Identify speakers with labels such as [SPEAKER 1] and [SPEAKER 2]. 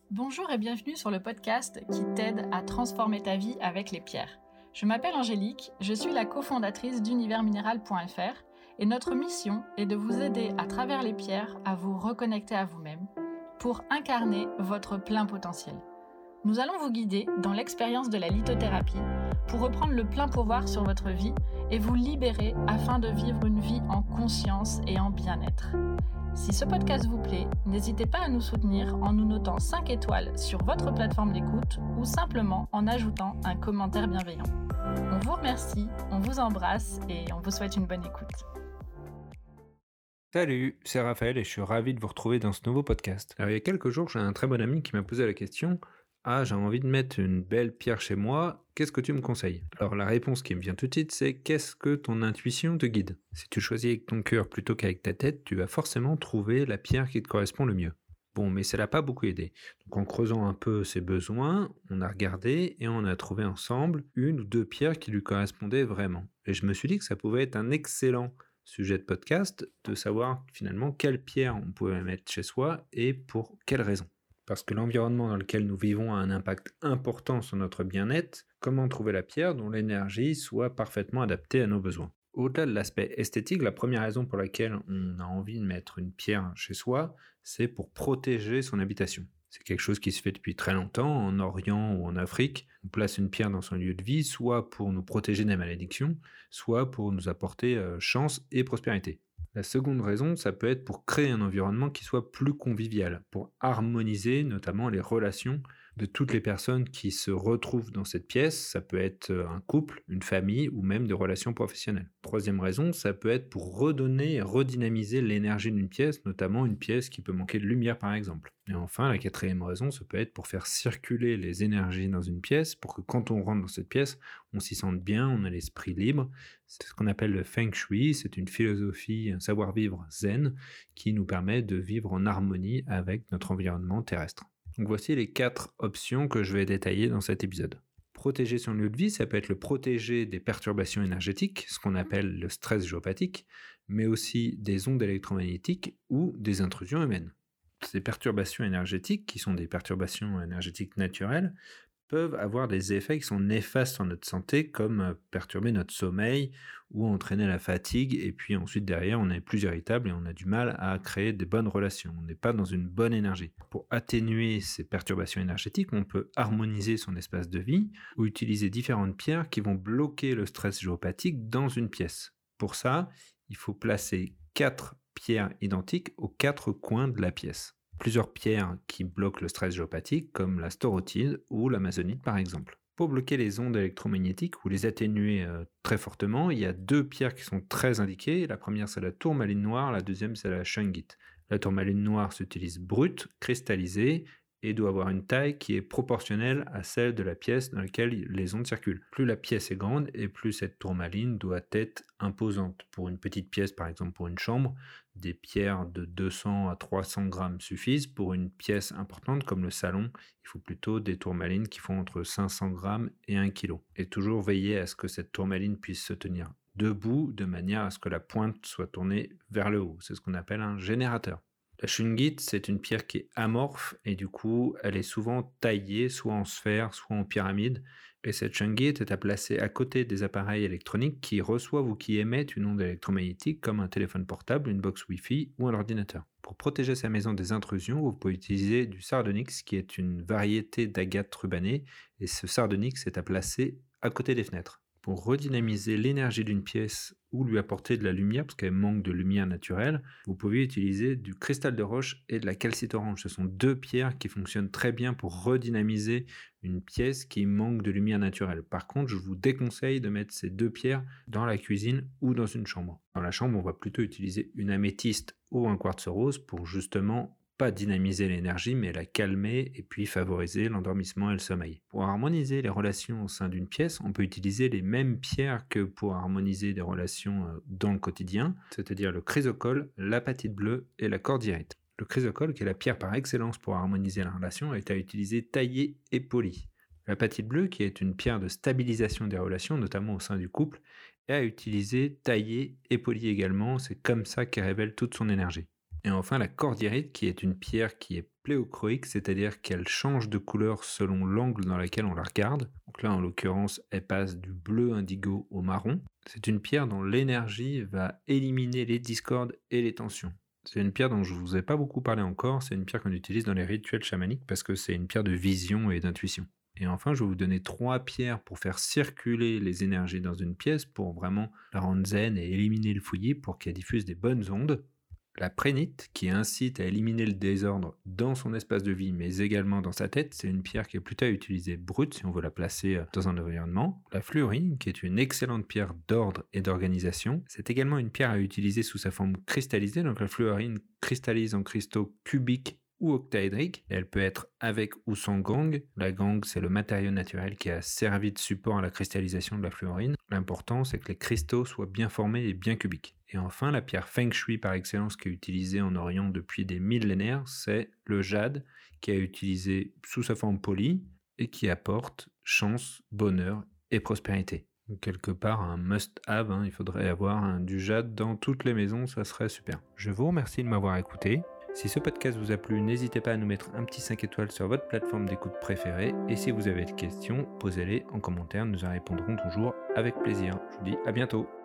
[SPEAKER 1] Bonjour et bienvenue sur le podcast qui t'aide à transformer ta vie avec les pierres. Je m'appelle Angélique, je suis la cofondatrice d'universminéral.fr et notre mission est de vous aider à travers les pierres à vous reconnecter à vous-même pour incarner votre plein potentiel. Nous allons vous guider dans l'expérience de la lithothérapie pour reprendre le plein pouvoir sur votre vie et vous libérer afin de vivre une vie en conscience et en bien-être. Si ce podcast vous plaît, n'hésitez pas à nous soutenir en nous notant 5 étoiles sur votre plateforme d'écoute ou simplement en ajoutant un commentaire bienveillant. On vous remercie, on vous embrasse et on vous souhaite une bonne écoute.
[SPEAKER 2] Salut, c'est Raphaël et je suis ravi de vous retrouver dans ce nouveau podcast. Alors il y a quelques jours, j'ai un très bon ami qui m'a posé la question « Ah, j'ai envie de mettre une belle pierre chez moi, qu'est-ce que tu me conseilles ?» Alors la réponse qui me vient tout de suite, c'est « Qu'est-ce que ton intuition te guide ?» Si tu choisis avec ton cœur plutôt qu'avec ta tête, tu vas forcément trouver la pierre qui te correspond le mieux. Bon, mais ça l'a pas beaucoup aidé. Donc en creusant un peu ses besoins, on a regardé et on a trouvé ensemble une ou deux pierres qui lui correspondaient vraiment. Et je me suis dit que ça pouvait être un excellent sujet de podcast de savoir finalement quelle pierre on pouvait mettre chez soi et pour quelles raisons. Parce que l'environnement dans lequel nous vivons a un impact important sur notre bien-être, comment trouver la pierre dont l'énergie soit parfaitement adaptée à nos besoins. Au-delà de l'aspect esthétique, la première raison pour laquelle on a envie de mettre une pierre chez soi, c'est pour protéger son habitation. C'est quelque chose qui se fait depuis très longtemps, en Orient ou en Afrique. On place une pierre dans son lieu de vie, soit pour nous protéger des malédictions, soit pour nous apporter chance et prospérité. La seconde raison, ça peut être pour créer un environnement qui soit plus convivial, pour harmoniser notamment les relations de toutes les personnes qui se retrouvent dans cette pièce. Ça peut être un couple, une famille ou même des relations professionnelles. Troisième raison, ça peut être pour redonner et redynamiser l'énergie d'une pièce, notamment une pièce qui peut manquer de lumière par exemple. Et enfin, la quatrième raison, ça peut être pour faire circuler les énergies dans une pièce, pour que quand on rentre dans cette pièce, on s'y sente bien, on a l'esprit libre. C'est ce qu'on appelle le Feng Shui, c'est une philosophie, un savoir-vivre zen qui nous permet de vivre en harmonie avec notre environnement terrestre. Donc voici les 4 options que je vais détailler dans cet épisode. Protéger son lieu de vie, ça peut être le protéger des perturbations énergétiques, ce qu'on appelle le stress géopathique, mais aussi des ondes électromagnétiques ou des intrusions humaines. Ces perturbations énergétiques, qui sont des perturbations énergétiques naturelles, peuvent avoir des effets qui sont néfastes sur notre santé, comme perturber notre sommeil ou entraîner la fatigue, et puis ensuite derrière on est plus irritable et on a du mal à créer des bonnes relations, on n'est pas dans une bonne énergie. Pour atténuer ces perturbations énergétiques, on peut harmoniser son espace de vie ou utiliser différentes pierres qui vont bloquer le stress géopathique dans une pièce. Pour ça, il faut placer 4 pierres identiques aux 4 coins de la pièce. Plusieurs pierres qui bloquent le stress géopathique, comme la storotide ou l'amazonite par exemple. Pour bloquer les ondes électromagnétiques ou les atténuer très fortement, il y a 2 pierres qui sont très indiquées. La première, c'est la tourmaline noire, la deuxième, c'est la shungite. La tourmaline noire s'utilise brute, cristallisée, et doit avoir une taille qui est proportionnelle à celle de la pièce dans laquelle les ondes circulent. Plus la pièce est grande et plus cette tourmaline doit être imposante. Pour une petite pièce, par exemple pour une chambre, des pierres de 200 à 300 grammes suffisent. Pour une pièce importante comme le salon, il faut plutôt des tourmalines qui font entre 500 grammes et 1 kg. Et toujours veiller à ce que cette tourmaline puisse se tenir debout de manière à ce que la pointe soit tournée vers le haut. C'est ce qu'on appelle un générateur. La shungite, c'est une pierre qui est amorphe et du coup, elle est souvent taillée soit en sphère, soit en pyramide. Et cette shungite est à placer à côté des appareils électroniques qui reçoivent ou qui émettent une onde électromagnétique comme un téléphone portable, une box Wi-Fi ou un ordinateur. Pour protéger sa maison des intrusions, vous pouvez utiliser du sardonyx qui est une variété d'agate rubanée et ce sardonyx est à placer à côté des fenêtres. Pour redynamiser l'énergie d'une pièce ou lui apporter de la lumière, parce qu'elle manque de lumière naturelle, vous pouvez utiliser du cristal de roche et de la calcite orange. Ce sont 2 pierres qui fonctionnent très bien pour redynamiser une pièce qui manque de lumière naturelle. Par contre, je vous déconseille de mettre ces 2 pierres dans la cuisine ou dans une chambre. Dans la chambre, on va plutôt utiliser une améthyste ou un quartz rose pour justement pas dynamiser l'énergie, mais la calmer et puis favoriser l'endormissement et le sommeil. Pour harmoniser les relations au sein d'une pièce, on peut utiliser les mêmes pierres que pour harmoniser des relations dans le quotidien, c'est-à-dire le chrysocole, l'apatite bleue et la cordierite. Le chrysocole, qui est la pierre par excellence pour harmoniser la relation, est à utiliser taillée et polie. L'apatite bleue, qui est une pierre de stabilisation des relations, notamment au sein du couple, est à utiliser taillée et polie également, c'est comme ça qu'elle révèle toute son énergie. Et enfin la cordierite qui est une pierre qui est pléochroïque, c'est-à-dire qu'elle change de couleur selon l'angle dans lequel on la regarde. Donc là en l'occurrence elle passe du bleu indigo au marron. C'est une pierre dont l'énergie va éliminer les discordes et les tensions. C'est une pierre dont je ne vous ai pas beaucoup parlé encore, c'est une pierre qu'on utilise dans les rituels chamaniques parce que c'est une pierre de vision et d'intuition. Et enfin, je vais vous donner 3 pierres pour faire circuler les énergies dans une pièce, pour vraiment la rendre zen et éliminer le fouillis pour qu'elle diffuse des bonnes ondes. La prénite, qui incite à éliminer le désordre dans son espace de vie, mais également dans sa tête, c'est une pierre qui est plutôt à utiliser brute si on veut la placer dans un environnement. La fluorine, qui est une excellente pierre d'ordre et d'organisation, c'est également une pierre à utiliser sous sa forme cristallisée, donc la fluorine cristallise en cristaux cubiques ou octaédriques. Elle peut être avec ou sans gangue. La gangue, c'est le matériau naturel qui a servi de support à la cristallisation de la fluorine. L'important, c'est que les cristaux soient bien formés et bien cubiques. Et enfin, la pierre Feng Shui par excellence qui est utilisée en Orient depuis des millénaires, c'est le jade qui est utilisé sous sa forme polie et qui apporte chance, bonheur et prospérité. Donc, quelque part un must-have, il faudrait avoir du jade dans toutes les maisons, ça serait super. Je vous remercie de m'avoir écouté. Si ce podcast vous a plu, n'hésitez pas à nous mettre un petit 5 étoiles sur votre plateforme d'écoute préférée. Et si vous avez des questions, posez-les en commentaire, nous y répondrons toujours avec plaisir. Je vous dis à bientôt.